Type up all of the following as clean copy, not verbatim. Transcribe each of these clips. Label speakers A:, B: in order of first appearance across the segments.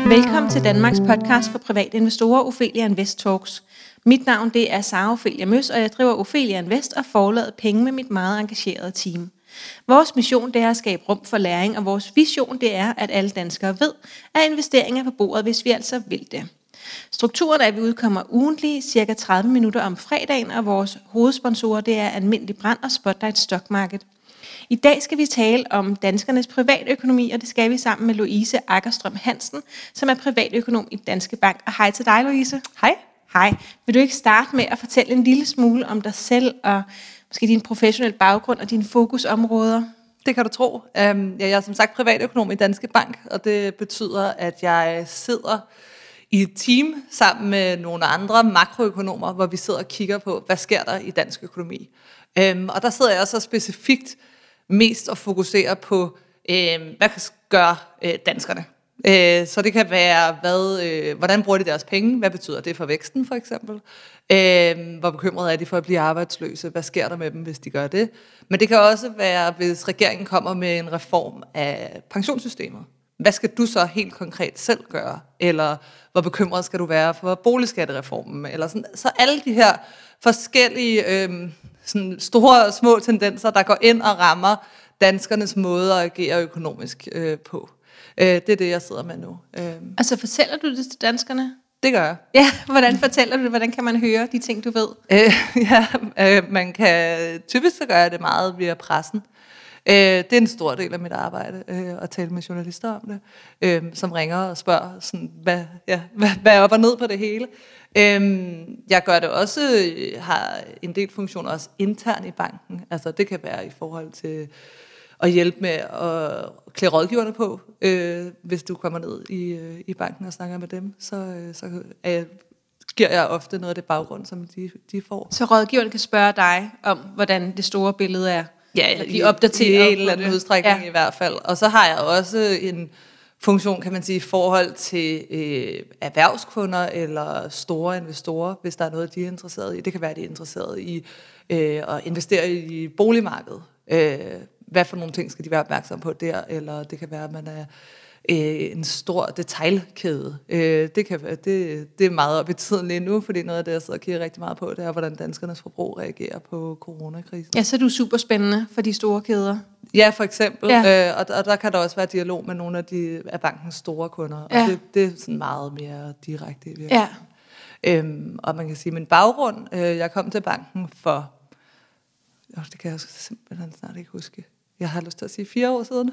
A: Velkommen til Danmarks podcast for private investorer, Ophelia Invest Talks. Mit navn det er Sara Ophelia Møs, og jeg driver Ophelia Invest og forlader penge med mit meget engagerede team. Vores mission det er at skabe rum for læring, og vores vision det er, at alle danskere ved, at investeringer er på bordet, hvis vi altså vil det. Strukturen er, at vi udkommer ugentlig, cirka 30 minutter om fredagen, og vores hovedsponsorer det er Almindelig Brand og Spotlight Stock Market. I dag skal vi tale om danskernes privatøkonomi, og det skal vi sammen med Louise Aggerstrøm Hansen, som er privatøkonom i Danske Bank. Og hej til dig, Louise.
B: Hej.
A: Hej. Vil du ikke starte med at fortælle en lille smule om dig selv, og måske din professionelle baggrund og dine fokusområder?
B: Det kan du tro. Jeg er som sagt privatøkonom i Danske Bank, og det betyder, at jeg sidder i et team sammen med nogle andre makroøkonomer, hvor vi sidder og kigger på, hvad sker der i dansk økonomi. Og der sidder jeg også specifikt mest og fokuserer på, hvad kan gøre danskerne. Så det kan være, hvordan bruger de deres penge, hvad betyder det for væksten for eksempel, hvor bekymrede er de for at blive arbejdsløse, hvad sker der med dem, hvis de gør det. Men det kan også være, hvis regeringen kommer med en reform af pensionssystemet. Hvad skal du så helt konkret selv gøre? Eller hvor bekymret skal du være for boligskattereformen? Eller sådan. Så alle de her forskellige sådan store og små tendenser, der går ind og rammer danskernes måde at agere økonomisk på. Det er det, jeg sidder med nu.
A: Altså fortæller du det til danskerne?
B: Det gør jeg.
A: Ja, hvordan fortæller du det? Hvordan kan man høre de ting, du ved?
B: Man kan typisk så gør jeg det meget via pressen. Det er en stor del af mit arbejde, at tale med journalister om det, som ringer og spørger, sådan, hvad er op og ned på det hele. Jeg gør det også, har en del funktioner også internt i banken. Altså det kan være i forhold til at hjælpe med at klæde rådgiverne på, hvis du kommer ned i banken og snakker med dem, så giver jeg ofte noget af det baggrund, som de får.
A: Så rådgiverne kan spørge dig om, hvordan det store billede er?
B: Ja,
A: de opdaterer
B: i en eller anden udstrækning i hvert fald. Og så har jeg også en funktion, kan man sige, i forhold til erhvervskunder eller store investorer, hvis der er noget, de er interesseret i. Det kan være, at de er interesseret i at investere i boligmarkedet. Hvad for nogle ting skal de være opmærksomme på der? Eller det kan være, at man er en stor detailkæde. Det er meget op i tiden lige nu, fordi noget af det, jeg sidder og kigger rigtig meget på, det er, hvordan danskernes forbrug reagerer på coronakrisen.
A: Ja, så er du super spændende for de store kæder.
B: Ja, for eksempel. Ja. Og der kan der også være dialog med nogle af bankens store kunder. Ja. Og det er sådan meget mere direkte i virkeligheden. Ja. Og man kan sige, min baggrund, jeg kom til banken for, det kan jeg simpelthen snart ikke huske. Jeg har lyst til at sige 4 år siden.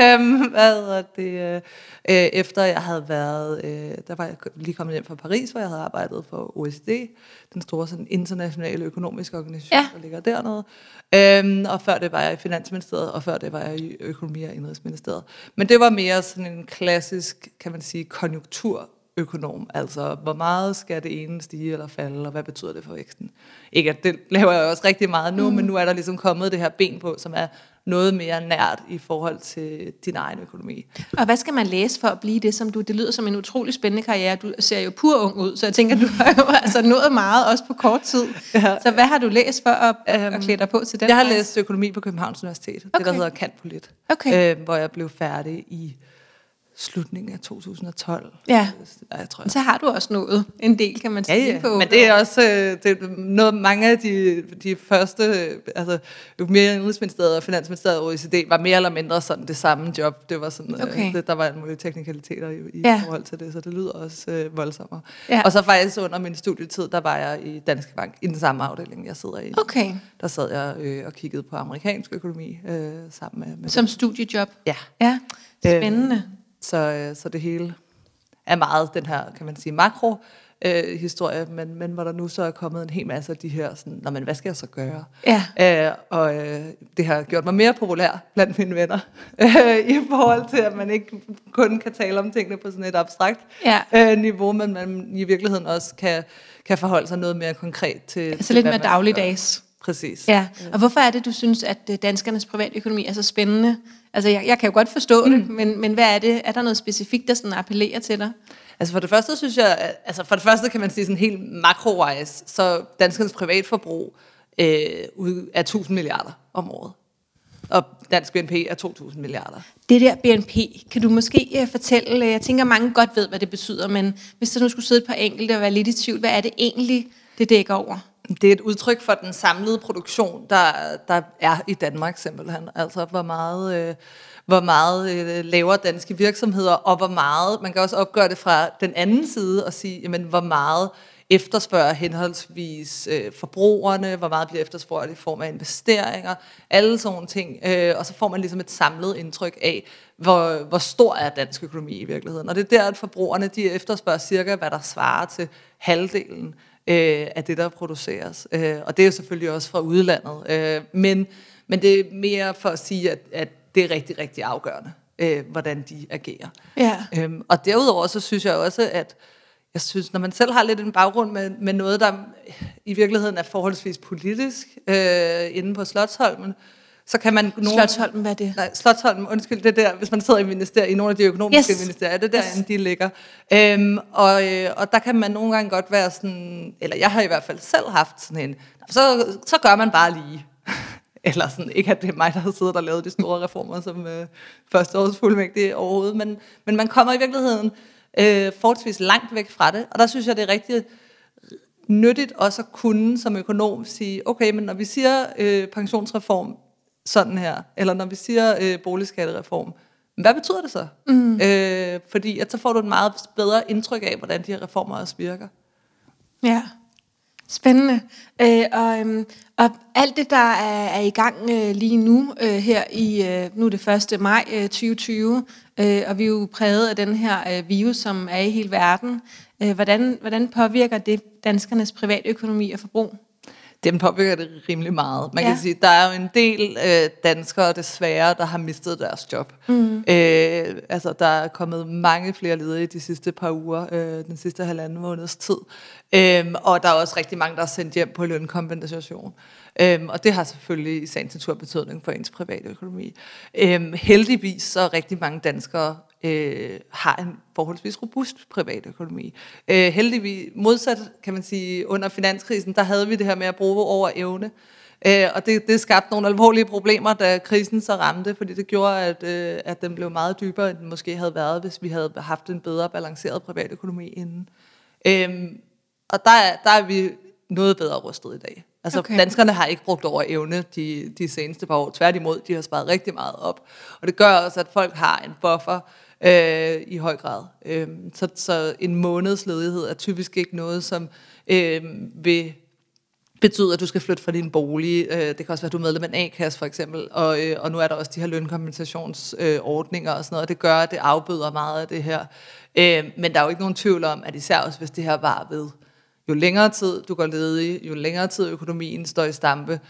B: Ja. Efter jeg havde været, der var jeg lige kommet hjem fra Paris, hvor jeg havde arbejdet for OECD, den store sådan, internationale økonomiske organisation, der ligger dernede. Og før det var jeg i Finansministeriet, og før det var jeg i Økonomi- og Indenrigsministeriet. Men det var mere sådan en klassisk, kan man sige, konjunkturøkonom. Altså, hvor meget skal det ene stige eller falde, og hvad betyder det for væksten? Ikke at det laver jeg også rigtig meget nu, men nu er der ligesom kommet det her ben på, som er noget mere nært i forhold til din egen økonomi.
A: Og hvad skal man læse for at blive det, som du? Det lyder som en utrolig spændende karriere. Du ser jo pur ung ud, så jeg tænker, du har jo altså nået meget, også på kort tid. Ja. Så hvad har du læst for at klæde dig på til den?
B: Jeg har læst økonomi på Københavns Universitet, det der hedder Cand.Polit, hvor jeg blev færdig i slutningen af 2012.
A: Ja,
B: jeg tror,
A: så har du også nået en del, kan man sige. På.
B: Men det er også noget, mange af de første, altså mere Indenrigsministeriet og Finansministeriet og OECD, var mere eller mindre sådan det samme job. Det var sådan, der var en mulige teknikaliteter i forhold til det, så det lyder også voldsommere. Ja. Og så faktisk under min studietid, der var jeg i Danske Bank, i den samme afdeling, jeg sidder i.
A: Okay.
B: Der sad jeg og kiggede på amerikansk økonomi sammen med
A: som studiejob?
B: Ja.
A: Ja, spændende.
B: Så det hele er meget den her, kan man sige, makro-historie, men hvor der nu så er kommet en hel masse af de her, sådan, men hvad skal jeg så gøre? Ja. Det har gjort mig mere populær blandt mine venner, i forhold til, at man ikke kun kan tale om tingene på sådan et abstrakt niveau, men man i virkeligheden også kan forholde sig noget mere konkret til.
A: Altså lidt mere dagligdags.
B: Præcis.
A: Ja. Og hvorfor er det, du synes, at danskernes privatøkonomi er så spændende? Altså, jeg kan jo godt forstå det, men hvad er det? Er der noget specifikt, der sådan appellerer til dig?
B: Altså for det første synes jeg, for det første kan man sige sådan helt makro-wise, så danskernes privatforbrug er 1000 milliarder om året. og dansk BNP er 2.000 milliarder.
A: Det der BNP, kan du måske fortælle, jeg tænker mange godt ved, hvad det betyder, men hvis der nu skulle sidde et par enkelte og være lidt i tvivl, hvad er det egentlig, det dækker over?
B: Det er et udtryk for den samlede produktion, der er i Danmark simpelthen. Altså hvor meget laver danske virksomheder, og hvor meget, man kan også opgøre det fra den anden side og sige, jamen, hvor meget efterspørger henholdsvis forbrugerne, hvor meget bliver efterspørgt i form af investeringer, alle sådan ting, og så får man ligesom et samlet indtryk af, hvor stor er dansk økonomi i virkeligheden. Og det er der, at forbrugerne de efterspørger cirka, hvad der svarer til halvdelen af det, der produceres. Og det er jo selvfølgelig også fra udlandet. Men det er mere for at sige, at det er rigtig, rigtig afgørende, hvordan de agerer.
A: Ja.
B: Og derudover så synes jeg også, at jeg synes, når man selv har lidt en baggrund med noget, der i virkeligheden er forholdsvis politisk inde på Slotsholmen, så kan man...
A: Slotsholmen, hvad er det?
B: Nej, Slotsholmen, undskyld, det der, hvis man sidder i ministerier, i nogle af de økonomiske ministerier, det er derinde, de ligger. Og der kan man nogle gange godt være sådan, eller jeg har i hvert fald selv haft sådan en, så gør man bare lige. Eller sådan, ikke at det er mig, der har siddet og lavet de store reformer som førsteårsfuldmægtig overhovedet, men man kommer i virkeligheden forholdsvis langt væk fra det, og der synes jeg, det er rigtig nyttigt også at kunne som økonom sige, okay, men når vi siger pensionsreform sådan her, eller når vi siger boligskattereform, hvad betyder det så? Fordi at så får du et meget bedre indtryk af, hvordan de her reformer også virker.
A: Ja, spændende. Og alt det, der er i gang lige nu, her i, nu er det 1. maj 2020, og vi er jo præget af den her virus, som er i hele verden. Hvordan påvirker det danskernes privatøkonomi og forbrug?
B: Den påvirker det rimelig meget. Man kan sige, der er jo en del danskere desværre, der har mistet deres job. Altså, der er kommet mange flere ledige de sidste par uger, den sidste 1,5 måneds tid. Og der er også rigtig mange, der er sendt hjem på lønkompensation. Og det har selvfølgelig i sagens natur betydning for ens private økonomi. Heldigvis så rigtig mange danskere har en forholdsvis robust privatøkonomi. Heldigvis, modsat kan man sige, under finanskrisen, der havde vi det her med at bruge over evne. Og det skabte nogle alvorlige problemer, da krisen så ramte, fordi det gjorde, at den blev meget dybere, end den måske havde været, hvis vi havde haft en bedre balanceret privatøkonomi inden. Og der er vi noget bedre rustet i dag. Altså danskerne har ikke brugt over evne de seneste par år. Tværtimod, de har sparet rigtig meget op. Og det gør også, at folk har en buffer i høj grad. Så en måneds ledighed er typisk ikke noget, som vil betyde, at du skal flytte fra din bolig. Det kan også være, at du er medlem af en A-kasse for eksempel. Og nu er der også de her lønkompensationsordninger og sådan noget. Og det gør, at det afbøder meget af det her. Men der er jo ikke nogen tvivl om, at især også hvis det her var ved, jo længere tid du går ledig, jo længere tid økonomien står i stampe,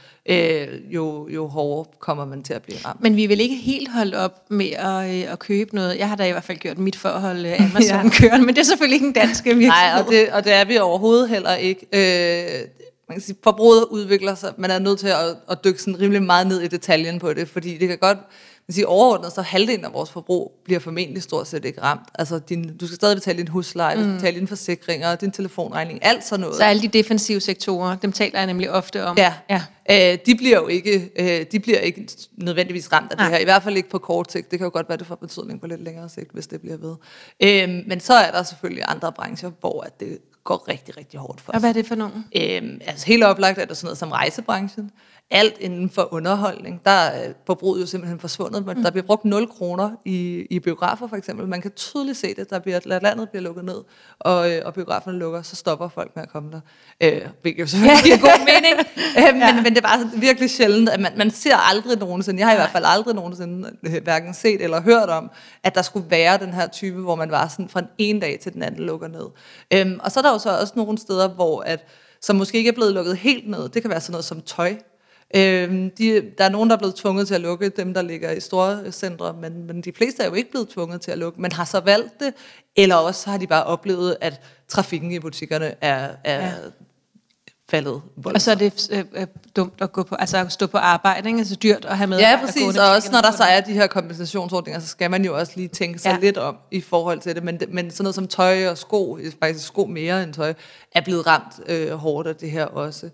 B: jo hårdere kommer man til at blive ramt.
A: Men vi vil ikke helt holde op med at købe noget. Jeg har da i hvert fald gjort mit for at holde Amazon kørende, men det er selvfølgelig ikke en dansk virksomhed.
B: Nej, og det er vi overhovedet heller ikke. Man kan sige, forbruget udvikler sig. Man er nødt til at dykke sådan rimelig meget ned i detaljen på det, fordi det kan godt... Man siger, overordnet, så halvdelen af vores forbrug bliver formentlig stort set ikke ramt. Altså, du skal stadig betale din husleje, du skal betale dine forsikringer, din telefonregning, alt sådan noget.
A: Så alle de defensive sektorer, dem taler jeg nemlig ofte om.
B: Ja. De bliver jo ikke nødvendigvis ramt af det her. I hvert fald ikke på kort sigt. Det kan jo godt være, det får betydning på lidt længere sigt, hvis det bliver ved. Men så er der selvfølgelig andre brancher, hvor det går rigtig, rigtig hårdt for os.
A: Og hvad er det for nogen?
B: Altså helt oplagt er der sådan noget som rejsebranchen. Alt inden for underholdning, der er forbruget jo simpelthen forsvundet, men der bliver brugt 0 kroner i biografer for eksempel. Man kan tydeligt se det, landet bliver lukket ned, og biograferne lukker, så stopper folk med at komme der. Hvilket jo selvfølgelig giver god mening, men det er bare virkelig sjældent, at man ser aldrig nogensinde, jeg har i hvert fald aldrig nogensinde hverken set eller hørt om, at der skulle være den her type, hvor man var sådan fra den ene dag til den anden lukker ned. Og så er der jo så også nogle steder, hvor som måske ikke er blevet lukket helt ned, det kan være sådan noget som tøj. Der er nogen, der er blevet tvunget til at lukke, dem der ligger i store centre, men de fleste er jo ikke blevet tvunget til at lukke, men har så valgt det, eller også har de bare oplevet, at trafikken i butikkerne er faldet voldsomt.
A: Og så er det dumt at gå på, altså at stå på arbejde, ikke? Altså dyrt at have med.
B: Ja, præcis, og også når der så er de her kompensationsordninger, så skal man jo også lige tænke sig lidt om i forhold til det, men sådan noget som tøj og sko, faktisk sko mere end tøj, er blevet ramt hårdt af det her også.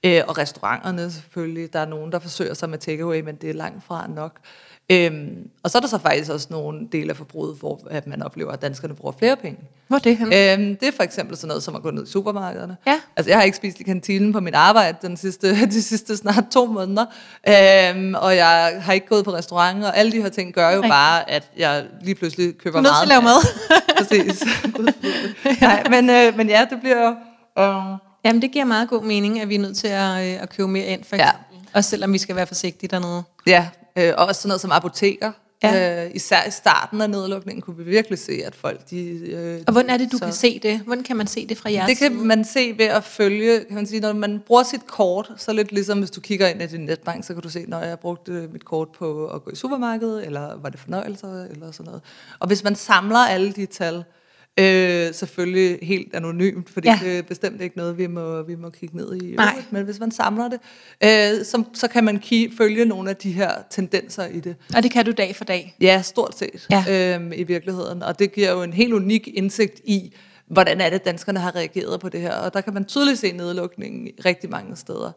B: Og restauranterne selvfølgelig. Der er nogen, der forsøger sig med takeaway, men det er langt fra nok. Og så er der så faktisk også nogle dele af forbruget, hvor at man oplever, at danskerne bruger flere penge.
A: Hvor er det henne?
B: Det er for eksempel sådan noget, som at gå ned i supermarkederne.
A: Ja.
B: Altså, jeg har ikke spist i kantinen på mit arbejde de sidste snart 2 måneder. Og jeg har ikke gået på restaurant, og alle de her ting gør jo bare, at jeg lige pludselig køber meget.
A: Du er nødt til at lave
B: mad. Præcis. Nej, men ja, det bliver jo...
A: Jamen, det giver meget god mening, at vi er nødt til at købe mere ind, for eksempel. Ja. Også selvom vi skal være forsigtige dernede.
B: Ja, og også sådan noget som apoteker. Ja. Især i starten af nedlukningen kunne vi virkelig se, at folk...
A: Og hvordan er det, du kan se det? Hvordan kan man se det fra jeres
B: side? Det kan man se ved at følge, kan man sige, når man bruger sit kort, så lidt ligesom hvis du kigger ind i din netbank, så kan du se, når jeg brugte mit kort på at gå i supermarkedet, eller var det fornøjelser, eller sådan noget. Og hvis man samler alle de tal, selvfølgelig helt anonymt, fordi det er bestemt ikke noget, vi må kigge ned i. Men hvis man samler det, så kan man følge nogle af de her tendenser i det.
A: Og det kan du dag for dag?
B: Ja, stort set i virkeligheden. Og det giver jo en helt unik indsigt i, hvordan er det, danskerne har reageret på det her. Og der kan man tydeligt se nedlukningen rigtig mange steder.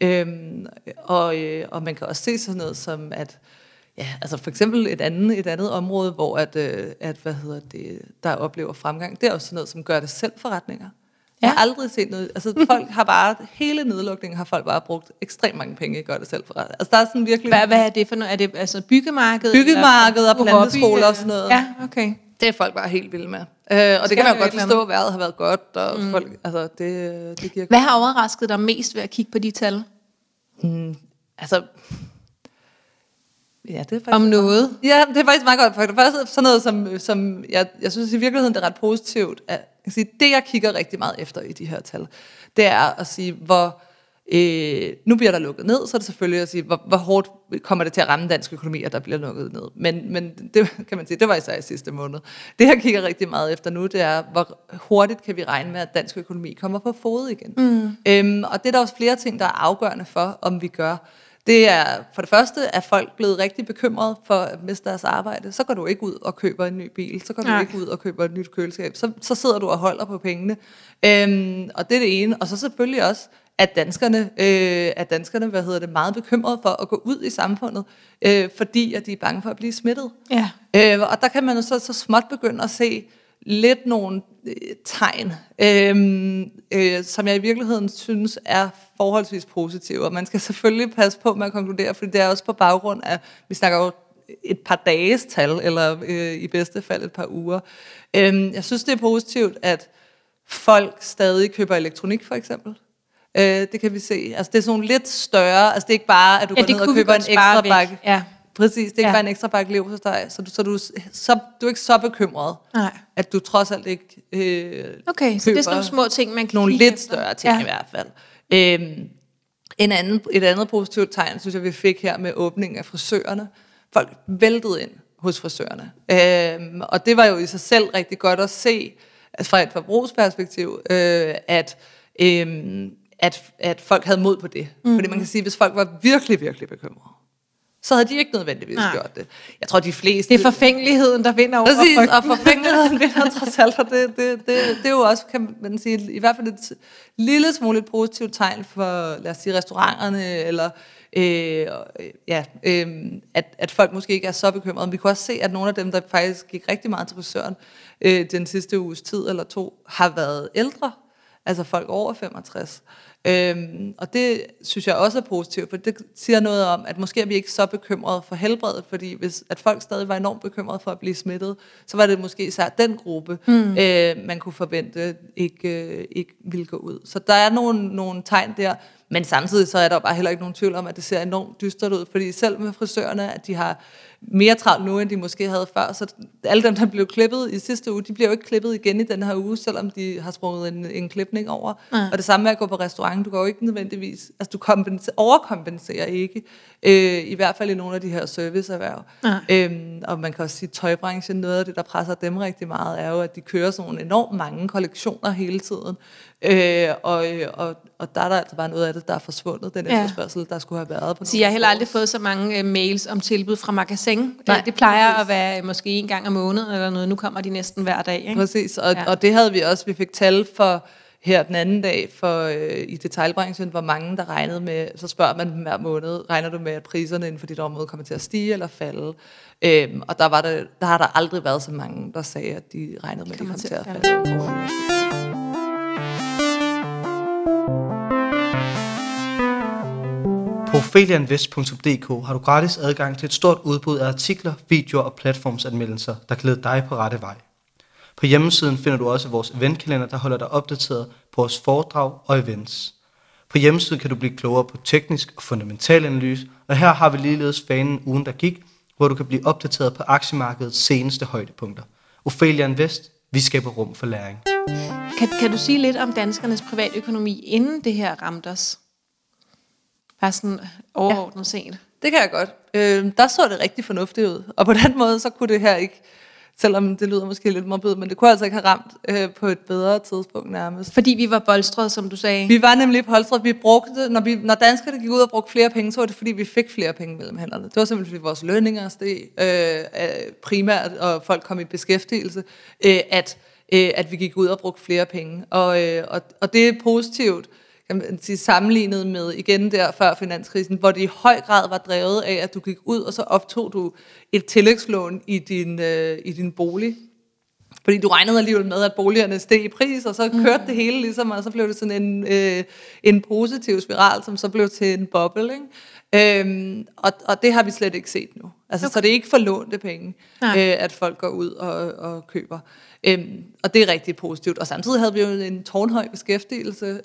B: Og man kan også se sådan noget som, at altså for eksempel et andet område, hvor der oplever fremgang, det er også sådan noget, som gør det selv forretninger. Jeg har aldrig set noget, altså folk har bare, hele nedlukningen har folk bare brugt ekstremt mange penge i gør det selv forretninger. Altså der er sådan virkelig...
A: Hvad er det for noget? Er det altså byggemarked?
B: Byggemarked og planteskoler og sådan noget.
A: Ja, okay.
B: Det er folk bare helt vilde med. Og det kan man jo godt forstå, at vejret har været godt, og folk, altså det giver...
A: Hvad har overrasket dig mest ved at kigge på de tal?
B: Altså... Ja, det er faktisk
A: om noget?
B: Ja, det er faktisk meget godt. For det første sådan noget, som jeg synes i virkeligheden, det er ret positivt. At, det, jeg kigger rigtig meget efter i de her tal, det er at sige, nu bliver der lukket ned, så er det selvfølgelig at sige, hvor hårdt kommer det til at ramme dansk økonomi, at der bliver lukket ned. Men det kan man sige, det var især i sidste måned. Det, jeg kigger rigtig meget efter nu, det er, hvor hurtigt kan vi regne med, at dansk økonomi kommer på fod igen. Og det er der også flere ting, der er afgørende for, om vi gør. Det er for det første, at folk blevet rigtig bekymrede for at miste deres arbejde. Så går du ikke ud og køber en ny bil. Så går du ikke ud og køber et nyt køleskab. Så sidder du og holder på pengene. Og det er det ene. Og så selvfølgelig også, at danskerne meget bekymrede for at gå ud i samfundet, fordi at de er bange for at blive smittet. Ja. Og der kan man jo så småt begynde at se lidt nogle tegn, som jeg i virkeligheden synes er forholdsvis positive. Og man skal selvfølgelig passe på med at konkludere, fordi det er også på baggrund af, vi snakker jo et par dages tal, eller i bedste fald et par uger. Jeg synes, det er positivt, at folk stadig køber elektronik, for eksempel. Det kan vi se. Altså, det er sådan lidt større. Altså, det er ikke bare, at du går ned og køber en ekstra bakke. Ja. Præcis, det er ikke bare en ekstra bakke leverpostej, så du er ikke så bekymret, at du trods alt ikke
A: okay, så det er sådan nogle små ting, man kan
B: nogle lidt efter. Større ting i hvert fald. Et andet positivt tegn, synes jeg, vi fik her med åbningen af frisørerne. Folk væltede ind hos frisørerne. Og det var jo i sig selv rigtig godt at se, altså fra et forbrugsperspektiv, at folk havde mod på det. Fordi man kan sige, hvis folk var virkelig, virkelig bekymrede, så havde de ikke nødvendigvis gjort det. Jeg tror, de fleste...
A: Det er forfængeligheden, der vinder over.
B: Præcis, og forfængeligheden vinder trods alt, for det er jo også, kan man sige, i hvert fald et lille smule et positivt tegn for, lad os sige, restauranterne, eller at folk måske ikke er så bekymrede. Vi kunne også se, at nogle af dem, der faktisk gik rigtig meget til frisøren den sidste uges tid eller to, har været ældre, altså folk over 65. Og det synes jeg også er positivt, for det siger noget om, at måske er vi ikke så bekymrede for helbredet, fordi hvis at folk stadig var enormt bekymrede for at blive smittet, så var det måske især den gruppe, man kunne forvente ikke ville gå ud. Så der er nogle tegn der, men samtidig så er der bare heller ikke nogen tvivl om, at det ser enormt dystert ud, fordi selv med frisørerne, at de har mere travlt nu, end de måske havde før, så alle dem, der blev klippet i sidste uge, de bliver jo ikke klippet igen i den her uge, selvom de har sprunget en klipning over. Og det samme med at gå på restaurant, du går jo ikke nødvendigvis, altså du overkompenserer ikke, i hvert fald i nogle af de her serviceerhverv. Og man kan også sige, at tøjbranchen, noget af det, der presser dem rigtig meget, er jo, at de kører sådan nogle enormt mange kollektioner hele tiden. Og der er der altså bare noget af det, der er forsvundet, den efterspørgsel, der skulle have været på.
A: Så jeg har heller aldrig fået så mange mails om tilbud fra Magasin. Det plejer at være måske en gang om måneden eller noget. Nu kommer de næsten hver dag. Ikke?
B: Præcis, og det havde vi også. Vi fik tal for her den anden dag i detailbranchen, hvor mange der regnede med, så spørger man dem hver måned, regner du med, at priserne inden for dit område kommer til at stige eller falde? Og der har der aldrig været så mange, der sagde, at de regnede med, at de kommer til at falde.
C: På opheliainvest.dk har du gratis adgang til et stort udbud af artikler, videoer og platformsanmeldelser, der kan lede dig på rette vej. På hjemmesiden finder du også vores eventkalender, der holder dig opdateret på vores foredrag og events. På hjemmesiden kan du blive klogere på teknisk og fundamental analyse, og her har vi ligeledes fanen ugen, der gik, hvor du kan blive opdateret på aktiemarkedets seneste højdepunkter. Ophelia Invest, vi skaber rum for læring.
A: Kan du sige lidt om danskernes privatøkonomi, inden det her ramte os? Bare sådan overordnet set.
B: Det kan jeg godt. Der så det rigtig fornuftigt ud. Og på den måde, så kunne det her ikke, selvom det lyder måske lidt morbidt, men det kunne altså ikke have ramt på et bedre tidspunkt nærmest.
A: Fordi vi var bolstrede, som du sagde.
B: Vi var nemlig polstret. Vi brugte, når danskerne gik ud og brugte flere penge, så var det fordi, vi fik flere penge mellem hænderne. Det var simpelthen fordi vores lønninger steg primært, og folk kom i beskæftigelse, at vi gik ud og brugte flere penge. Og det er positivt, kan man sige, sammenlignet med igen der før finanskrisen, hvor det i høj grad var drevet af, at du gik ud, og så optog du et tillægslån i din bolig. Fordi du regnede alligevel med, at boligerne steg i pris, og så kørte det hele ligesom, og så blev det sådan en positiv spiral, som så blev til en boble, ikke? Og det har vi slet ikke set nu. Altså, så det er ikke for lånte penge, at folk går ud og køber. Og det er rigtig positivt. Og samtidig havde vi jo en tårnhøj beskæftigelse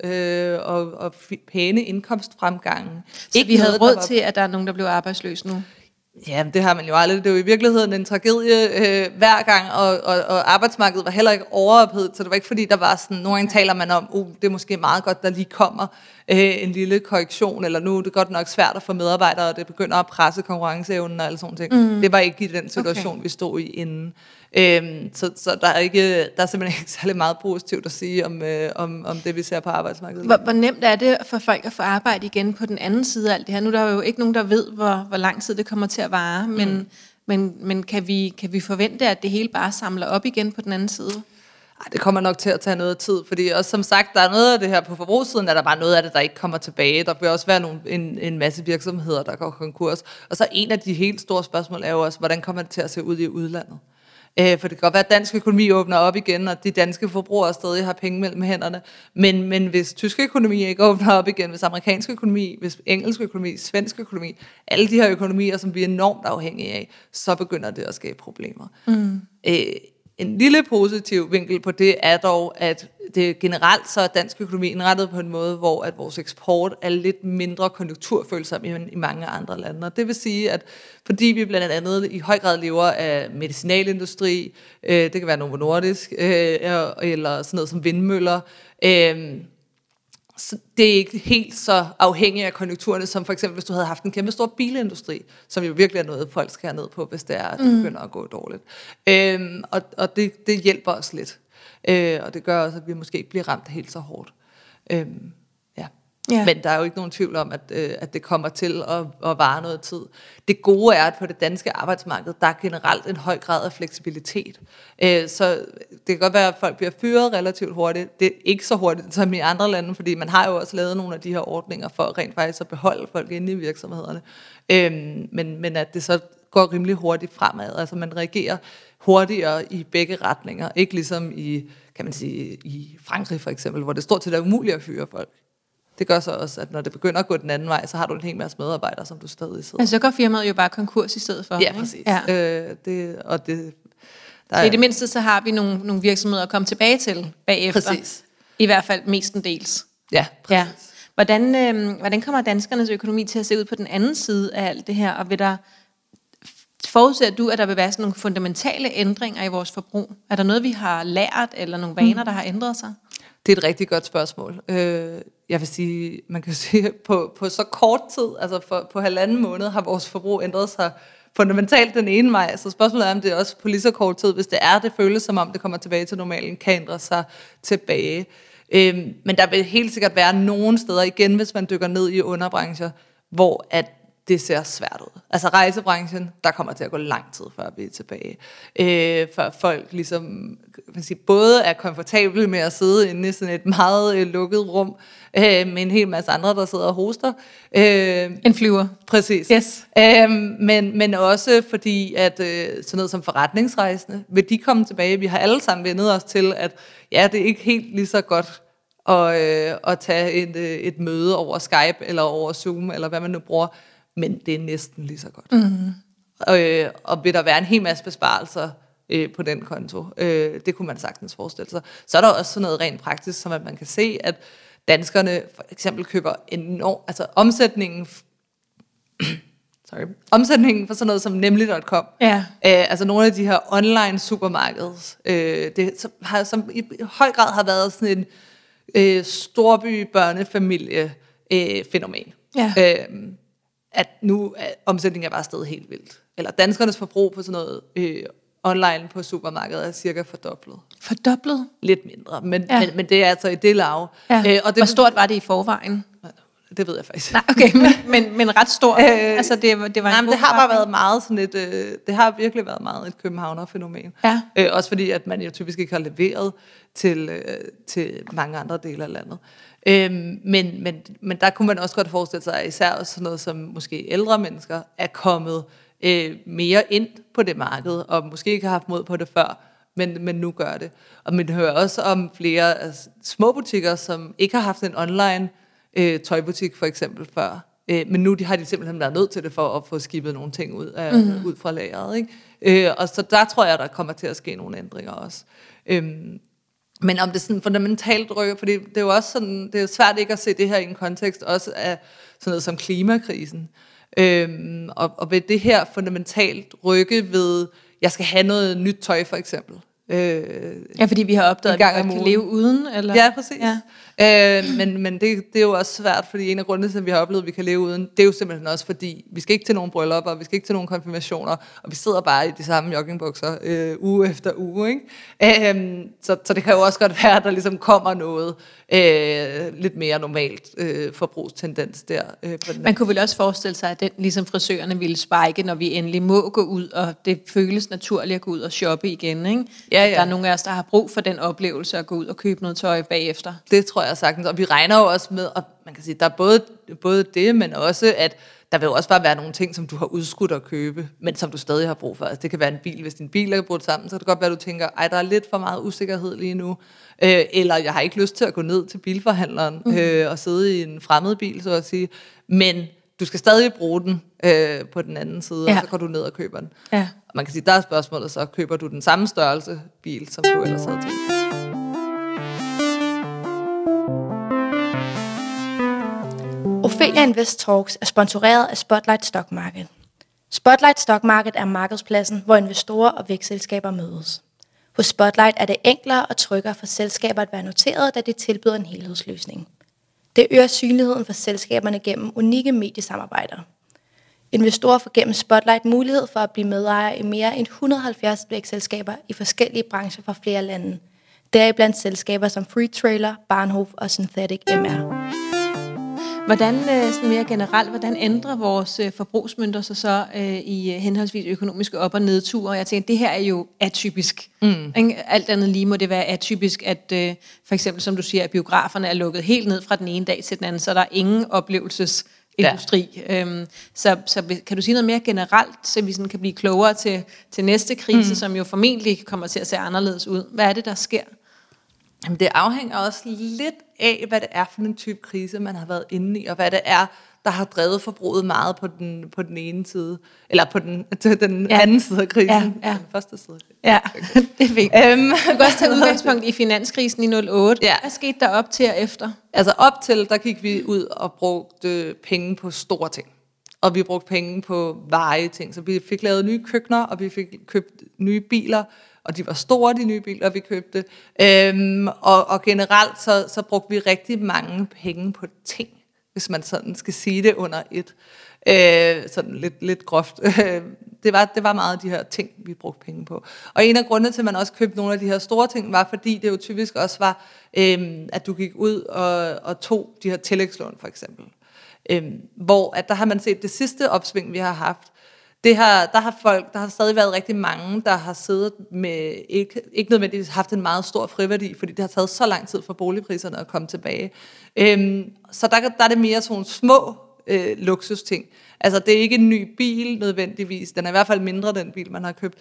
B: og pæne indkomstfremgange.
A: Så ikke vi havde råd til, at der er nogen, der blev arbejdsløs nu?
B: Ja, det har man jo aldrig. Det er jo i virkeligheden en tragedie hver gang, og arbejdsmarkedet var heller ikke overophedet, så det var ikke fordi, der var sådan, nogle gange taler man om, det er måske meget godt, der lige kommer en lille korrektion, eller nu er det godt nok svært at få medarbejdere, og det begynder at presse konkurrenceevnen og alle sådan ting. Det var ikke i den situation, vi stod i inden. Så der er simpelthen ikke særlig meget positivt at sige om det, vi ser på arbejdsmarkedet.
A: Hvor nemt er det for folk at få arbejde igen på den anden side af alt det her? Nu er der jo ikke nogen, der ved, hvor lang tid det kommer til at vare, men kan vi forvente, at det hele bare samler op igen på den anden side?
B: Det kommer nok til at tage noget tid, fordi også som sagt, der er noget af det her på forbrugssiden, er der bare noget af det, der ikke kommer tilbage. Der vil også være en masse virksomheder, der går konkurs. Og så en af de helt store spørgsmål er jo også, hvordan kommer det til at se ud i udlandet? For det kan godt være, at dansk økonomi åbner op igen, og de danske forbrugere stadig har penge mellem hænderne. Men hvis tysk økonomi ikke åbner op igen, hvis amerikansk økonomi, hvis engelsk økonomi, svensk økonomi, alle de her økonomier, som vi er enormt afhængige af, så begynder det at skabe problemer. En lille positiv vinkel på det er dog, at det generelt så er dansk økonomi indrettet på en måde, hvor at vores eksport er lidt mindre konjunkturfølsom end i mange andre lande. Og det vil sige, at fordi vi blandt andet i høj grad lever af medicinalindustri, det kan være Novo Nordisk, eller sådan noget som vindmøller, så det er ikke helt så afhængigt af konjunkturerne, som for eksempel hvis du havde haft en kæmpe stor bilindustri, som jo virkelig er noget, folk skærer ned på, hvis det er, at det begynder at gå dårligt. Og det hjælper os lidt. Og det gør også, at vi måske ikke bliver ramt helt så hårdt. Men der er jo ikke nogen tvivl om, at det kommer til at vare noget tid. Det gode er, at på det danske arbejdsmarked, der er generelt en høj grad af fleksibilitet. Så det kan godt være, at folk bliver fyret relativt hurtigt. Det er ikke så hurtigt som i andre lande, fordi man har jo også lavet nogle af de her ordninger for rent faktisk at beholde folk inde i virksomhederne. Men at det så går rimelig hurtigt fremad. Altså man reagerer hurtigere i begge retninger. Ikke ligesom kan man sige, i Frankrig for eksempel, hvor det stort set er umuligt at fyre folk. Det gør så også, at når det begynder at gå den anden vej, så har du en hel masse medarbejdere, som du stadig sidder.
A: Altså så går firmaet jo bare konkurs i stedet for.
B: Ja, præcis. Ja.
A: Så i det mindste, så har vi nogle virksomheder at komme tilbage til bagefter.
B: Præcis.
A: I hvert fald mestendels.
B: Ja, præcis.
A: Ja. Hvordan kommer danskernes økonomi til at se ud på den anden side af alt det her? Og forudser du, at der vil være sådan nogle fundamentale ændringer i vores forbrug? Er der noget, vi har lært, eller nogle vaner, der har ændret sig?
B: Det er et rigtig godt spørgsmål. Jeg vil sige, man kan sige, på så kort tid, altså på 1,5 måned, har vores forbrug ændret sig fundamentalt den ene vej. Så spørgsmålet er, om det også på lige så kort tid, hvis det føles som om det kommer tilbage til normalen, kan ændre sig tilbage. Men der vil helt sikkert være nogle steder igen, hvis man dykker ned i underbrancher, hvor at det ser svært ud. Altså rejsebranchen, der kommer til at gå lang tid, før vi er tilbage. Før folk ligesom, både er komfortable med at sidde inde i sådan et meget lukket rum, med en hel masse andre, der sidder og hoster.
A: En flyver.
B: Præcis.
A: Yes.
B: Men også fordi, at sådan noget som forretningsrejsende, vil de komme tilbage? Vi har alle sammen vendet os til, at ja, det er ikke helt lige så godt at tage et møde over Skype, eller over Zoom, eller hvad man nu bruger, men det er næsten lige så godt. Mm-hmm. Og vil der være en hel masse besparelser på den konto? Det kunne man sagtens forestille sig. Så er der også sådan noget rent praktisk, som at man kan se, at danskerne for eksempel køber altså omsætningen for sådan noget som nemlig.com.
A: Ja.
B: Altså nogle af de her online supermarkeder, som i høj grad har været sådan en storby børnefamilie fænomen.
A: Ja.
B: At nu omsætningen er bare stadig helt vildt. Eller danskernes forbrug på sådan noget online på supermarkedet er cirka fordoblet.
A: Fordoblet?
B: Lidt mindre, men det er altså i det lav.
A: Ja. Og hvor stort var det i forvejen?
B: Det ved jeg faktisk.
A: Nej, okay, men ret stort. Altså det var
B: det har bare været meget sådan et, det har virkelig været meget et københavner-fænomen.
A: Ja.
B: Også fordi, at man jo typisk ikke har leveret til mange andre dele af landet. Men der kunne man også godt forestille sig, at især også sådan noget som måske ældre mennesker er kommet mere ind på det marked, og måske ikke har haft mod på det før, men nu gør det. Og man hører også om flere små butikker, som ikke har haft en online tøjbutik for eksempel før. Men nu har de simpelthen været nødt til det for at få skibet nogle ting ud fra lageret. Ikke? Og så der tror jeg, der kommer til at ske nogle ændringer også. Men om det sådan fundamentalt rykker, fordi det er jo også sådan, det er jo svært ikke at se det her i en kontekst også af sådan noget som klimakrisen. Og vil det her fundamentalt rykke ved, jeg skal have noget nyt tøj for eksempel.
A: Ja, fordi vi har opdaget, at vi kan leve uden, eller?
B: Ja, præcis. Ja. Men det er jo også svært, fordi en af grundene til, at vi har oplevet, at vi kan leve uden, det er jo simpelthen også fordi, vi skal ikke til nogen bryllupper, vi skal ikke til nogen konfirmationer, og vi sidder bare i de samme joggingbukser uge efter uge, ikke? Så det kan jo også godt være, at der ligesom kommer noget lidt mere normalt forbrugstendens der.
A: Man kunne vel også forestille sig, at den ligesom frisørerne ville spike, når vi endelig må gå ud, og det føles naturligt at gå ud og shoppe igen, ikke?
B: Ja.
A: Der er nogle af os, der har brug for den oplevelse at gå ud og købe noget tøj bagefter.
B: Det tror jeg sagtens, og vi regner jo også med, og man kan sige, der er både det, men også, at der vil jo også bare være nogle ting, som du har udskudt at købe, men som du stadig har brug for. Altså, det kan være en bil. Hvis din bil er brudt sammen, så kan det godt være, at du tænker, der er lidt for meget usikkerhed lige nu. Eller jeg har ikke lyst til at gå ned til bilforhandleren og sidde i en fremmed bil, så at sige. Men du skal stadig bruge den på den anden side, og så går du ned og køber den. Ja. Og man kan sige, der er spørgsmålet, så køber du den samme størrelse bil, som du ellers havde tænkt.
D: Ophelia Invest Talks er sponsoreret af Spotlight Stock Market. Spotlight Stock Market er markedspladsen, hvor investorer og vækstselskaber mødes. Hos Spotlight er det enklere og tryggere for selskaber at være noteret, da det tilbyder en helhedsløsning. Det øger synligheden for selskaberne gennem unikke mediesamarbejder. Investorer får gennem Spotlight mulighed for at blive medejere i mere end 170 vækstselskaber i forskellige brancher fra flere lande. Deriblandt selskaber som Freetrailer, Bahnhof og Synthetic MR.
A: Hvordan, sådan mere generelt, hvordan ændrer vores forbrugsmønter sig så i henholdsvis økonomiske op- og nedture? Jeg tænker, det her er jo atypisk. Alt andet lige må det være atypisk, at for eksempel, som du siger, at biograferne er lukket helt ned fra den ene dag til den anden, så der er ingen oplevelsesindustri. Så kan du sige noget mere generelt, så vi sådan kan blive klogere til næste krise, som jo formentlig kommer til at se anderledes ud? Hvad er det, der sker?
B: Jamen, det afhænger også lidt af, hvad det er for en type krise, man har været inde i, og hvad det er, der har drevet forbruget meget på den ene side, eller på den anden side af krisen.
A: Ja.
B: Den første side.
A: Ja, det er fint. Du kan også tage udgangspunkt i finanskrisen i 08. Ja. Hvad skete der op til og efter?
B: Altså op til, der gik vi ud og brugte penge på store ting. Og vi brugte penge på varige ting. Så vi fik lavet nye køkkener, og vi fik købt nye biler, og de var store, de nye biler, vi købte. Og generelt så brugte vi rigtig mange penge på ting, hvis man sådan skal sige det under et. Sådan lidt groft. Det var meget af de her ting, vi brugte penge på. Og en af grundene til, at man også købte nogle af de her store ting, var, fordi det jo typisk også var, at du gik ud og tog de her tillægslån, for eksempel. Hvor at der har man set det sidste opsving, vi har haft. Der har stadig været rigtig mange, der har siddet med, ikke nødvendigvis haft en meget stor friværdi, fordi det har taget så lang tid for boligpriserne at komme tilbage. Så der er det mere sådan små luksusting. Altså det er ikke en ny bil nødvendigvis, den er i hvert fald mindre den bil, man har købt.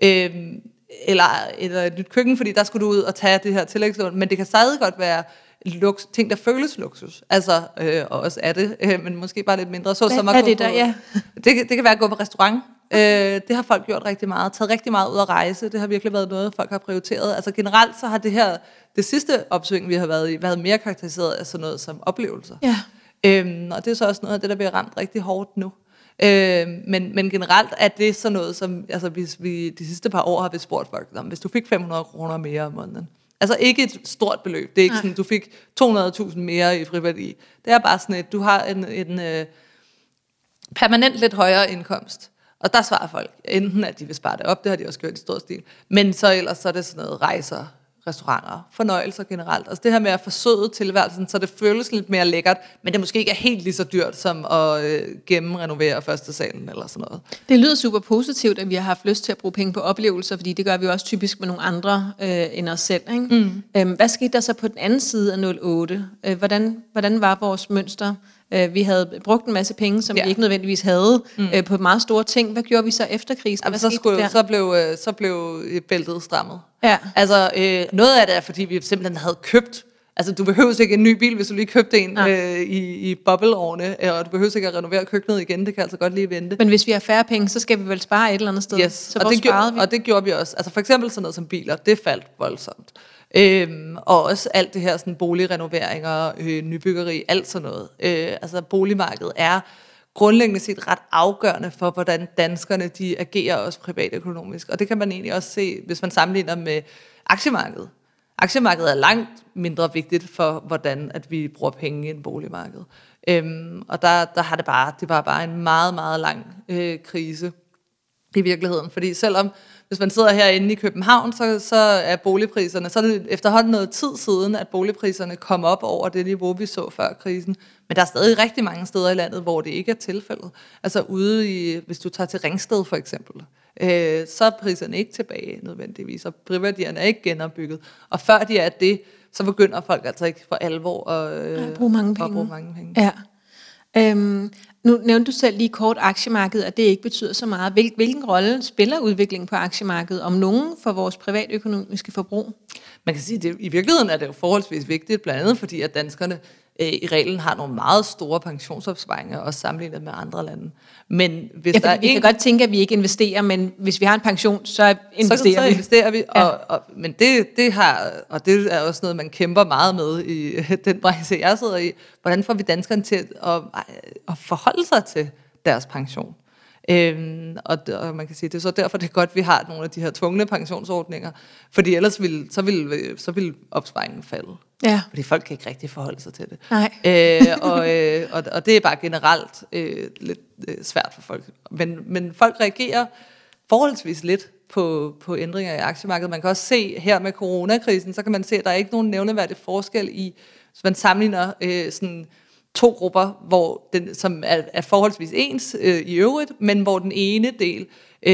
B: Eller et nyt køkken, fordi der skulle du ud og tage det her tillægslån, men det kan stadig godt være ting, der føles luksus. Altså, og også er det, men måske bare lidt mindre.
A: Hvad er det der, ja?
B: Det kan være at gå på restaurant. Det har folk gjort rigtig meget. Taget rigtig meget ud at rejse. Det har virkelig været noget, folk har prioriteret. Altså generelt så har det sidste opsving, vi har været i, været mere karakteriseret af sådan noget som oplevelser.
A: Ja.
B: Og det er så også noget af det, der bliver ramt rigtig hårdt nu. Men generelt er det sådan noget, som altså, hvis vi de sidste par år har vi spurgt folk, hvis du fik 500 kroner mere om måneden, altså ikke et stort beløb, det er ikke sådan, du fik 200.000 mere i friværdi, det er bare sådan, at du har en permanent lidt højere indkomst, og der svarer folk, enten at de vil spare det op, det har de også gjort i stor stil, men så ellers så er det sådan noget rejser, restauranter, fornøjelser generelt. Altså det her med at forsøde tilværelsen, så det føles lidt mere lækkert, men det måske ikke er helt lige så dyrt som at gennemrenovere første salen eller sådan noget.
A: Det lyder super positivt, at vi har haft lyst til at bruge penge på oplevelser, fordi det gør vi også typisk med nogle andre end os selv. Ikke? Hvad skete der så på den anden side af 08? Hvordan var vores mønster? Vi havde brugt en masse penge, som vi ikke nødvendigvis havde på meget store ting. Hvad gjorde vi så efter krisen?
B: Så blev bæltet strammet.
A: Ja.
B: Altså noget af det er, fordi vi simpelthen havde købt. Altså du behøver ikke en ny bil, hvis du lige købte en i bobleårene, og du behøver ikke at renovere køkkenet igen. Det kan altså godt lige vente.
A: Men hvis vi har færre penge, så skal vi vel spare et eller andet sted.
B: Yes.
A: Så og
B: det gjorde vi også. Altså for eksempel sådan noget som biler, det faldt voldsomt. Og også alt det her sådan boligrenoveringer, nybyggeri, alt sådan noget. Altså boligmarkedet er grundlæggende set ret afgørende for, hvordan danskerne de agerer også privatøkonomisk. Og det kan man egentlig også se, hvis man sammenligner med aktiemarkedet. Aktiemarkedet er langt mindre vigtigt for, hvordan at vi bruger penge i en boligmarked. Og der har det var bare en meget, meget lang krise i virkeligheden. Fordi selvom, hvis man sidder herinde i København, så er boligpriserne, så er det efterhånden noget tid siden, at boligpriserne kom op over det niveau, vi så før krisen. Men der er stadig rigtig mange steder i landet, hvor det ikke er tilfældet. Altså hvis du tager til Ringsted for eksempel, så er priserne ikke tilbage nødvendigvis, og priværdierne er ikke genopbygget. Og før de er det, så begynder folk altså ikke for alvor at
A: bruge mange penge. Ja. Nu nævnte du selv lige kort aktiemarkedet, at det ikke betyder så meget. Hvilken rolle spiller udviklingen på aktiemarkedet, om nogen for vores privatøkonomiske forbrug?
B: Man kan sige, at i virkeligheden er det jo forholdsvis vigtigt, blandt andet fordi, at danskerne i reglen har nogle meget store pensionsopsparinger, også sammenlignet med andre lande. Men hvis
A: vi kan godt tænke, at vi ikke investerer, men hvis vi har en pension, så investerer vi.
B: Men det er også noget, man kæmper meget med i den branche, jeg sidder i. Hvordan får vi danskerne til at forholde sig til deres pension? Og man kan sige, det er så derfor, det er godt, at vi har nogle af de her tvungne pensionsordninger, fordi ellers vil opsparingen falde.
A: Ja.
B: Fordi folk kan ikke rigtig forholde sig til det.
A: Nej.
B: Og det er bare generelt lidt svært for folk. Men folk reagerer forholdsvis lidt på ændringer i aktiemarkedet. Man kan også se her med coronakrisen, så kan man se, at der er ikke nogen nævneværdig forskel i, hvis man sammenligner sådan to grupper, som er forholdsvis ens i øvrigt, men hvor den ene del,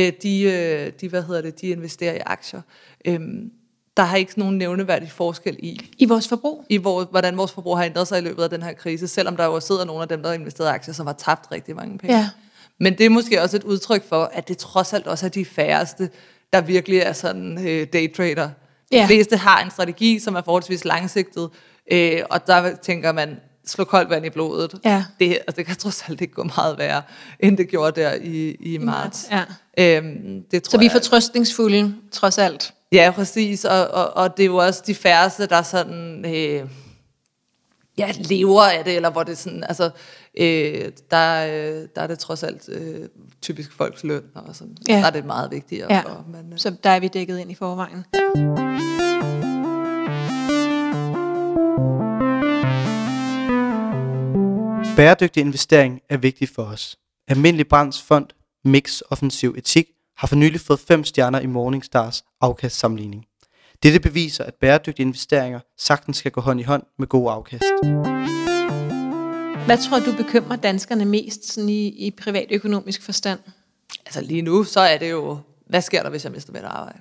B: de investerer i aktier. Der har ikke nogen nævneværdig forskel
A: i vores forbrug.
B: Hvordan vores forbrug har ændret sig i løbet af den her krise, selvom der jo sidder nogle af dem, der har investeret i aktier, som har tabt rigtig mange penge.
A: Ja.
B: Men det er måske også et udtryk for, at det trods alt også er de færreste, der virkelig er sådan daytrader. De fleste har en strategi, som er forholdsvis langsigtet, og der tænker man, slå koldt vand i blodet.
A: Ja.
B: Det kan trods alt ikke gå meget værre, end det gjorde der i marts.
A: Ja.
B: Så
A: vi er fortrøstningsfulde, trods alt.
B: Ja, præcis. Og det er jo også de færreste, der sådan lever af det, eller hvor det sådan, altså, der er det trods alt typisk folks løn, og sådan. Der er det meget vigtigere for. Men,
A: så der er vi dækket ind i forvejen.
C: Bæredygtig investering er vigtig for os. Almindelig Brands fond Mix Offensiv Etik har for nylig fået 5 stjerner i Morningstars afkastsammenligning. Dette beviser, at bæredygtige investeringer sagtens skal gå hånd i hånd med gode afkast.
A: Hvad tror du bekymrer danskerne mest sådan i privatøkonomisk forstand?
B: Altså lige nu, så er det jo, hvad sker der, hvis jeg mister mit arbejde?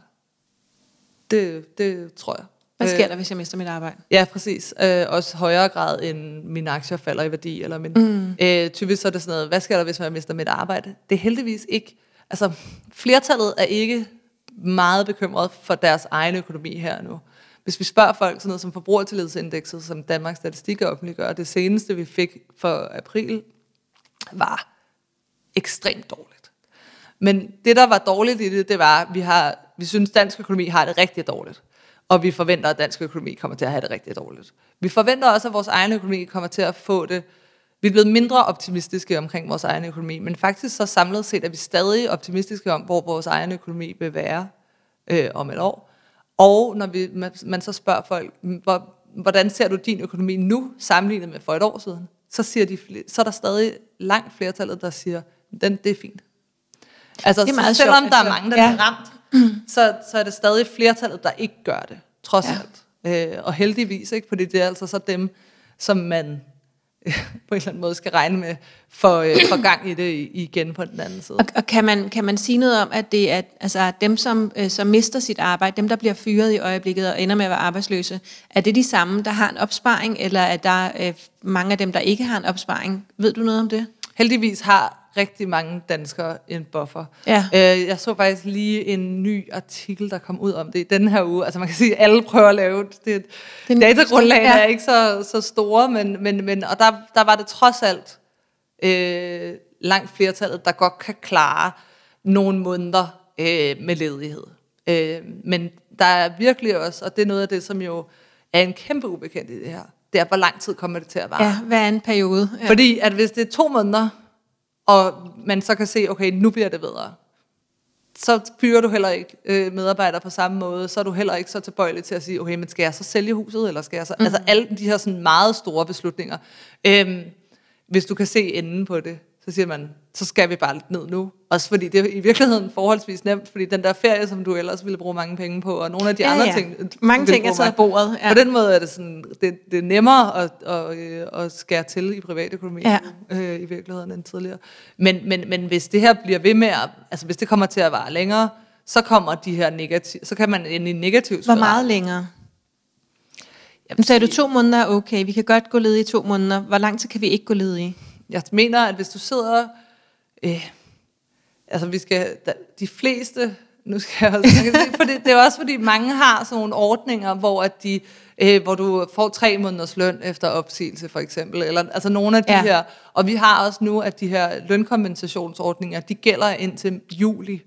B: Det tror jeg.
A: Hvad sker der, hvis jeg mister mit arbejde?
B: Ja, præcis. Også højere grad end mine aktier falder i værdi. Eller typisk så er det sådan noget, hvad sker der, hvis jeg mister mit arbejde? Det er heldigvis ikke. Altså, flertallet er ikke meget bekymret for deres egen økonomi her nu. Hvis vi spørger folk sådan noget som forbrugertillidsindekset, som Danmarks Statistik offentliggør, det seneste vi fik for april, var ekstremt dårligt. Men det, der var dårligt i det var, at vi synes, at dansk økonomi har det rigtig dårligt. Og vi forventer, at dansk økonomi kommer til at have det rigtig dårligt. Vi forventer også, at vores egen økonomi kommer til at få det. Vi er blevet mindre optimistiske omkring vores egen økonomi, men faktisk så samlet set er vi stadig optimistiske om, hvor vores egen økonomi vil være om et år. Og når man så spørger folk, hvordan ser du din økonomi nu, sammenlignet med for et år siden, så er der stadig langt flertallet, der siger, det er fint. Altså, det er meget selvom sjovt, der er mange, der er ramt, så er det stadig flertallet, der ikke gør det, trods alt. Og heldigvis, ikke? Fordi det er altså så dem, som man på en eller anden måde skal regne med for gang i det igen på den anden side.
A: Og kan man sige noget om, at det er altså dem, som mister sit arbejde, dem, der bliver fyret i øjeblikket og ender med at være arbejdsløse, er det de samme, der har en opsparing, eller er der mange af dem, der ikke har en opsparing? Ved du noget om det?
B: Heldigvis har rigtig mange danskere en buffer. Ja. Jeg så faktisk lige en ny artikel, der kom ud om det i denne her uge. Altså man kan sige, at alle prøver at lave det. Datagrundlagene er ikke så store, men og der var det trods alt langt flertallet, der godt kan klare nogle måneder med ledighed. Men der er virkelig også, og det er noget af det, som jo er en kæmpe ubekendt i det her, det er, hvor lang tid kommer det til at vare.
A: Ja, hvad er en periode? Ja.
B: Fordi at hvis det er 2 måneder, og man så kan se, okay, nu bliver det bedre, så fyrer du heller ikke medarbejdere på samme måde, så er du heller ikke så tilbøjelig til at sige, okay, men skal jeg så sælge huset, eller skal jeg så... Altså alle de her sådan meget store beslutninger. Hvis du kan se enden på det, så siger man, så skal vi bare lidt ned nu. Også fordi det er i virkeligheden forholdsvis nemt, fordi den der ferie, som du ellers ville bruge mange penge på, og nogle af de andre ting...
A: Mange ting er taget af bordet.
B: Ja. På den måde er det sådan, det er nemmere at skære til i privatøkonomi i virkeligheden end tidligere. Men hvis det her bliver ved med at... Altså hvis det kommer til at vare længere, så kommer de her negative... Så kan man ind i negativ spiral.
A: Hvor meget længere? Jamen, sagde du 2 måneder er okay, vi kan godt gå ledig i 2 måneder. Hvor lang tid kan vi ikke gå ledig i?
B: Jeg mener, at hvis du sidder... de fleste... Nu skal jeg også sige, for det er også fordi, mange har sådan nogle ordninger, hvor du får 3 måneders løn efter opsigelse, for eksempel. Eller, altså nogle af de her... Og vi har også nu, at de her lønkompensationsordninger, de gælder indtil juli.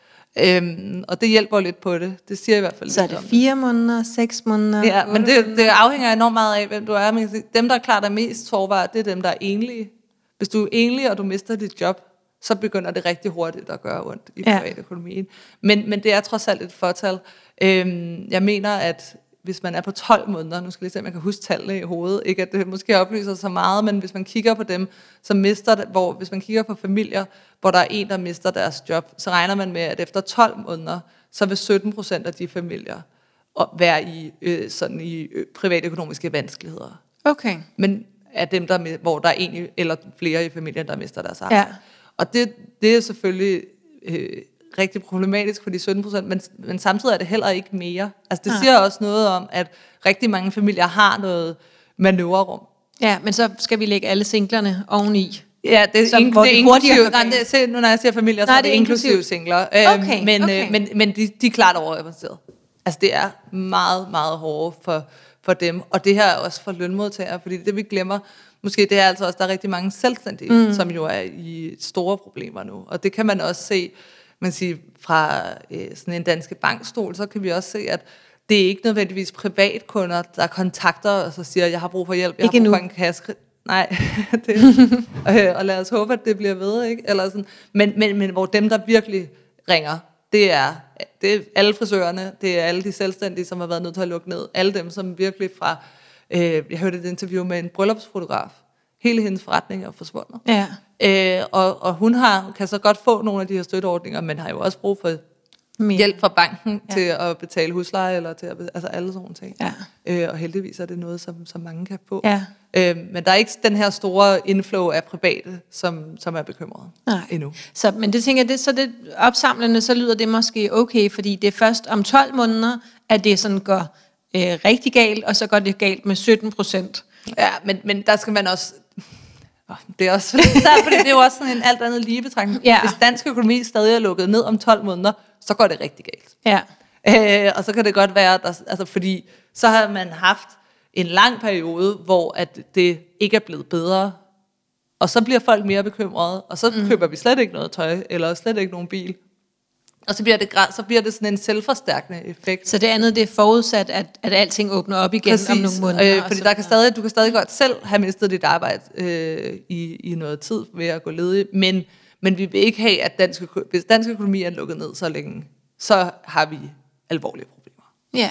B: Og det hjælper lidt på det. Det siger i hvert fald
A: så
B: lidt.
A: Så er det 4 måneder, 6 måneder?
B: Ja, men det afhænger enormt meget af, hvem du er. Man kan sige, dem, der klart er mest sårbare, det er dem, der er enlige. Hvis du er enlig, og du mister dit job, så begynder det rigtig hurtigt at gøre ondt i privatøkonomien. Men det er trods alt et fortal. Jeg mener, at hvis man er på 12 måneder, nu skal jeg lige se, om jeg kan huske tallene i hovedet, ikke at det måske oplyser så meget, men hvis man kigger på dem, som mister det, hvis man kigger på familier, hvor der er en, der mister deres job, så regner man med, at efter 12 måneder, så vil 17% af de familier være i privatøkonomiske vanskeligheder.
A: Okay.
B: Men af dem, hvor der er en eller flere i familien, der mister deres arbejde. Ja. Og det er selvfølgelig rigtig problematisk for de 17%, men samtidig er det heller ikke mere. Altså det siger også noget om, at rigtig mange familier har noget manøvrerum.
A: Ja, men så skal vi lægge alle singlerne oveni.
B: Ja, det er inklusive. Nu når jeg siger familier, så er det inklusive singler. Men de er klart overrepræsenteret. Altså det er meget, meget hårdt for dem. Og det her er også for lønmodtagere, fordi det vi glemmer, måske det er altså også, der er rigtig mange selvstændige, som jo er i store problemer nu. Og det kan man også se, man siger, fra sådan en Danske Bankstol, så kan vi også se, at det er ikke nødvendigvis privatkunder, der kontakter os og siger, jeg har brug for hjælp, jeg har brug for en kasse. Nej, og lad os håbe, at det bliver ved, ikke? Eller sådan. Men hvor dem, der virkelig ringer, det er alle frisørerne, det er alle de selvstændige, som har været nødt til at lukke ned, alle dem, som virkelig fra... jeg hørte et interview med en bryllupsfotograf. Hele hendes forretning er forsvundet. Ja. Og hun kan så godt få nogle af de her støtteordninger, men har jo også brug for hjælp fra banken til at betale husleje, eller til at altså alle sådan nogle ting.
A: Ja.
B: Og heldigvis er det noget, som mange kan få.
A: Ja.
B: Men der er ikke den her store inflow af private, som er bekymret endnu.
A: Så, men det tænker jeg, så det opsamlende, så lyder det måske okay, fordi det er først om 12 måneder, at det sådan går rigtig galt, og så går det galt med 17%.
B: Ja, men der skal man også... Det er også fordi det er jo også sådan en alt andet lige betragtning.
A: Ja.
B: Hvis dansk økonomi stadig er lukket ned om 12 måneder, så går det rigtig galt.
A: Ja.
B: Og så kan det godt være, altså fordi så har man haft en lang periode, hvor at det ikke er blevet bedre, og så bliver folk mere bekymrede, og så køber vi slet ikke noget tøj, eller slet ikke nogen bil. Og så bliver det sådan en selvforstærkende effekt.
A: Så det andet, det er forudsat, at alting åbner op igen om nogle måneder.
B: Fordi du kan stadig godt selv have mistet dit arbejde i noget tid ved at gå ledig, men vi vil ikke have, at hvis dansk økonomi er lukket ned så længe, så har vi alvorlige problemer.
A: Ja.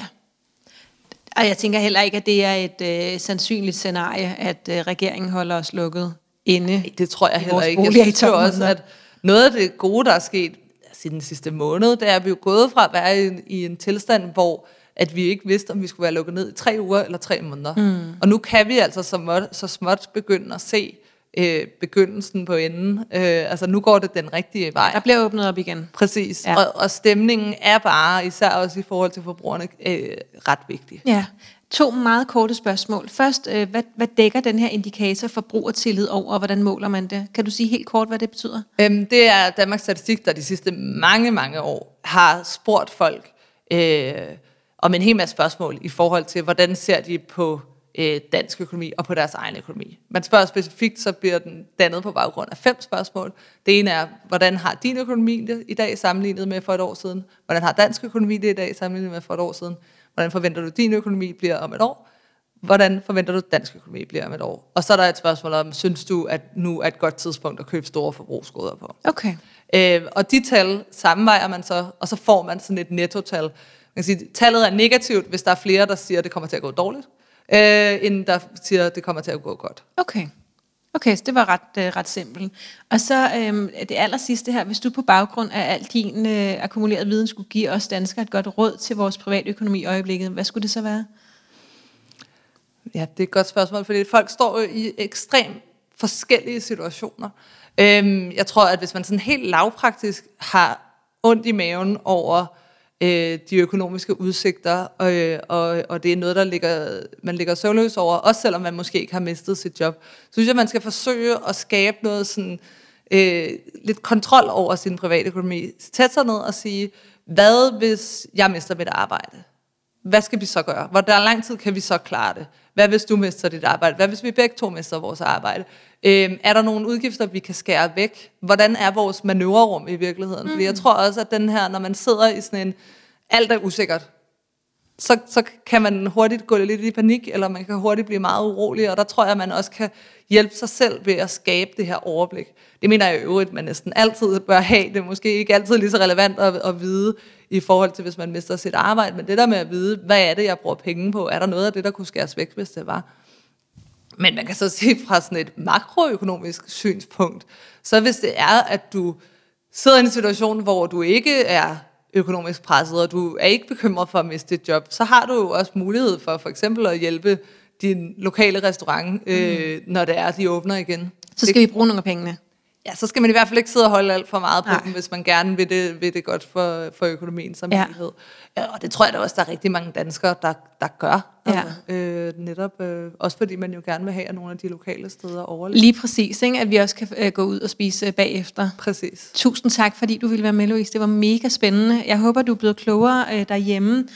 A: Og jeg tænker heller ikke, at det er et sandsynligt scenarie, at regeringen holder os lukket inde.
B: Det tror jeg heller ikke. Jeg synes også, at noget af det gode, der er sket i den sidste måned, det er, at vi er gået fra at være i en tilstand, hvor at vi ikke vidste, om vi skulle være lukket ned i 3 uger eller 3 måneder. Og nu kan vi altså så småt begynde at se begyndelsen på enden. Altså nu går det den rigtige vej.
A: Der bliver åbnet op igen.
B: Præcis. Ja. Og stemningen er bare, især også i forhold til forbrugerne, ret vigtig.
A: Ja. 2 meget korte spørgsmål. Først, hvad dækker den her indikator forbrugertillid over, og hvordan måler man det? Kan du sige helt kort, hvad det betyder?
B: Det er Danmarks Statistik, der de sidste mange år har spurgt folk om en hel masse spørgsmål i forhold til, hvordan ser de på dansk økonomi og på deres egen økonomi. Man spørger specifikt, så bliver den dannet på baggrund af 5 spørgsmål. Det ene er, hvordan har din økonomi det i dag sammenlignet med for et år siden? Hvordan har dansk økonomi det i dag sammenlignet med for et år siden? Hvordan forventer du, din økonomi bliver om et år? Hvordan forventer du, dansk økonomi bliver om et år? Og så er der et spørgsmål om, synes du, at nu er et godt tidspunkt at købe store forbrugsgoder på?
A: Okay.
B: Og de tal sammenvejer man så, og så får man sådan et nettotal. Man kan sige, tallet er negativt, hvis der er flere, der siger, at det kommer til at gå dårligt, end der siger, at det kommer til at gå godt.
A: Okay, så det var ret simpelt. Og så det aller sidste her, hvis du på baggrund af al din akkumulerede viden skulle give os danskere et godt råd til vores privatøkonomi i øjeblikket, hvad skulle det så være?
B: Ja, det er et godt spørgsmål, fordi folk står jo i ekstremt forskellige situationer. Jeg tror, at hvis man sådan helt lavpraktisk har ondt i maven over de økonomiske udsigter, og det er noget, man ligger søvnløs over, også selvom man måske ikke har mistet sit job, så synes jeg, man skal forsøge at skabe noget sådan lidt kontrol over sin private økonomi. Tæt sig ned og sige, hvad hvis jeg mister mit arbejde? Hvad skal vi så gøre? Hvor lang tid kan vi så klare det? Hvad hvis du mister dit arbejde? Hvad hvis vi begge to mister vores arbejde? Er der nogle udgifter, vi kan skære væk? Hvordan er vores manøvrerum i virkeligheden? Fordi jeg tror også, at den her, når man sidder i sådan en, alt er usikkert, så kan man hurtigt gå lidt i panik, eller man kan hurtigt blive meget urolig, og der tror jeg, at man også kan hjælpe sig selv ved at skabe det her overblik. Det mener jeg i øvrigt, man næsten altid bør have. Det er måske ikke altid lige så relevant at vide i forhold til, hvis man mister sit arbejde, men det der med at vide, hvad er det, jeg bruger penge på? Er der noget af det, der kunne skæres væk, hvis det var? Men man kan så sige fra sådan et makroøkonomisk synspunkt, så hvis det er, at du sidder i en situation, hvor du ikke er økonomisk presset, og du er ikke bekymret for at miste dit job, så har du jo også mulighed for eksempel at hjælpe din lokale restaurant, når det er, at de åbner igen.
A: Så skal vi bruge nogle af pengene.
B: Ja, så skal man i hvert fald ikke sidde og holde alt for meget på dem, hvis man gerne vil det godt for økonomien som helhed. Ja, og det tror jeg da også, der er rigtig mange danskere, der gør.
A: Ja.
B: Netop, også fordi man jo gerne vil have, at nogle af de lokale steder overlever.
A: Lige præcis, ikke? At vi også kan gå ud og spise bagefter.
B: Præcis.
A: Tusind tak, fordi du ville være med, Louise. Det var mega spændende. Jeg håber, du er blevet klogere derhjemme.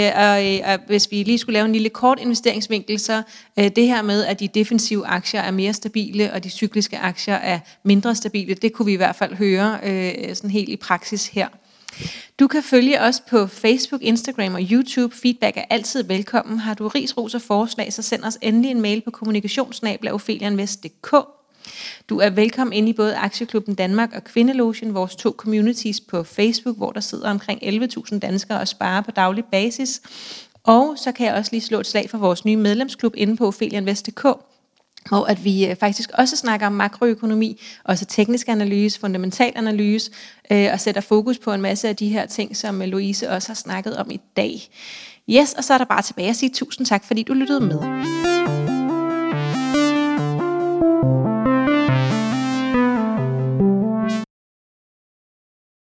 A: Og hvis vi lige skulle lave en lille kort investeringsvinkel, så det her med, at de defensive aktier er mere stabile, og de cykliske aktier er mindre stabile, det kunne vi i hvert fald høre sådan helt i praksis her. Du kan følge os på Facebook, Instagram og YouTube. Feedback er altid velkommen. Har du ris, ros og forslag, så send os endelig en mail på kommunikation@ophelianvest.dk. Du er velkommen ind i både Aktieklubben Danmark og Kvindelogen, vores 2 communities på Facebook, hvor der sidder omkring 11.000 danskere og sparer på daglig basis. Og så kan jeg også lige slå et slag for vores nye medlemsklub inde på ophelianvest.dk, og at vi faktisk også snakker om makroøkonomi, også teknisk analyse, fundamental analyse, og sætter fokus på en masse af de her ting, som Louise også har snakket om i dag. Yes, og så er der bare tilbage at sige tusind tak, fordi du lyttede med.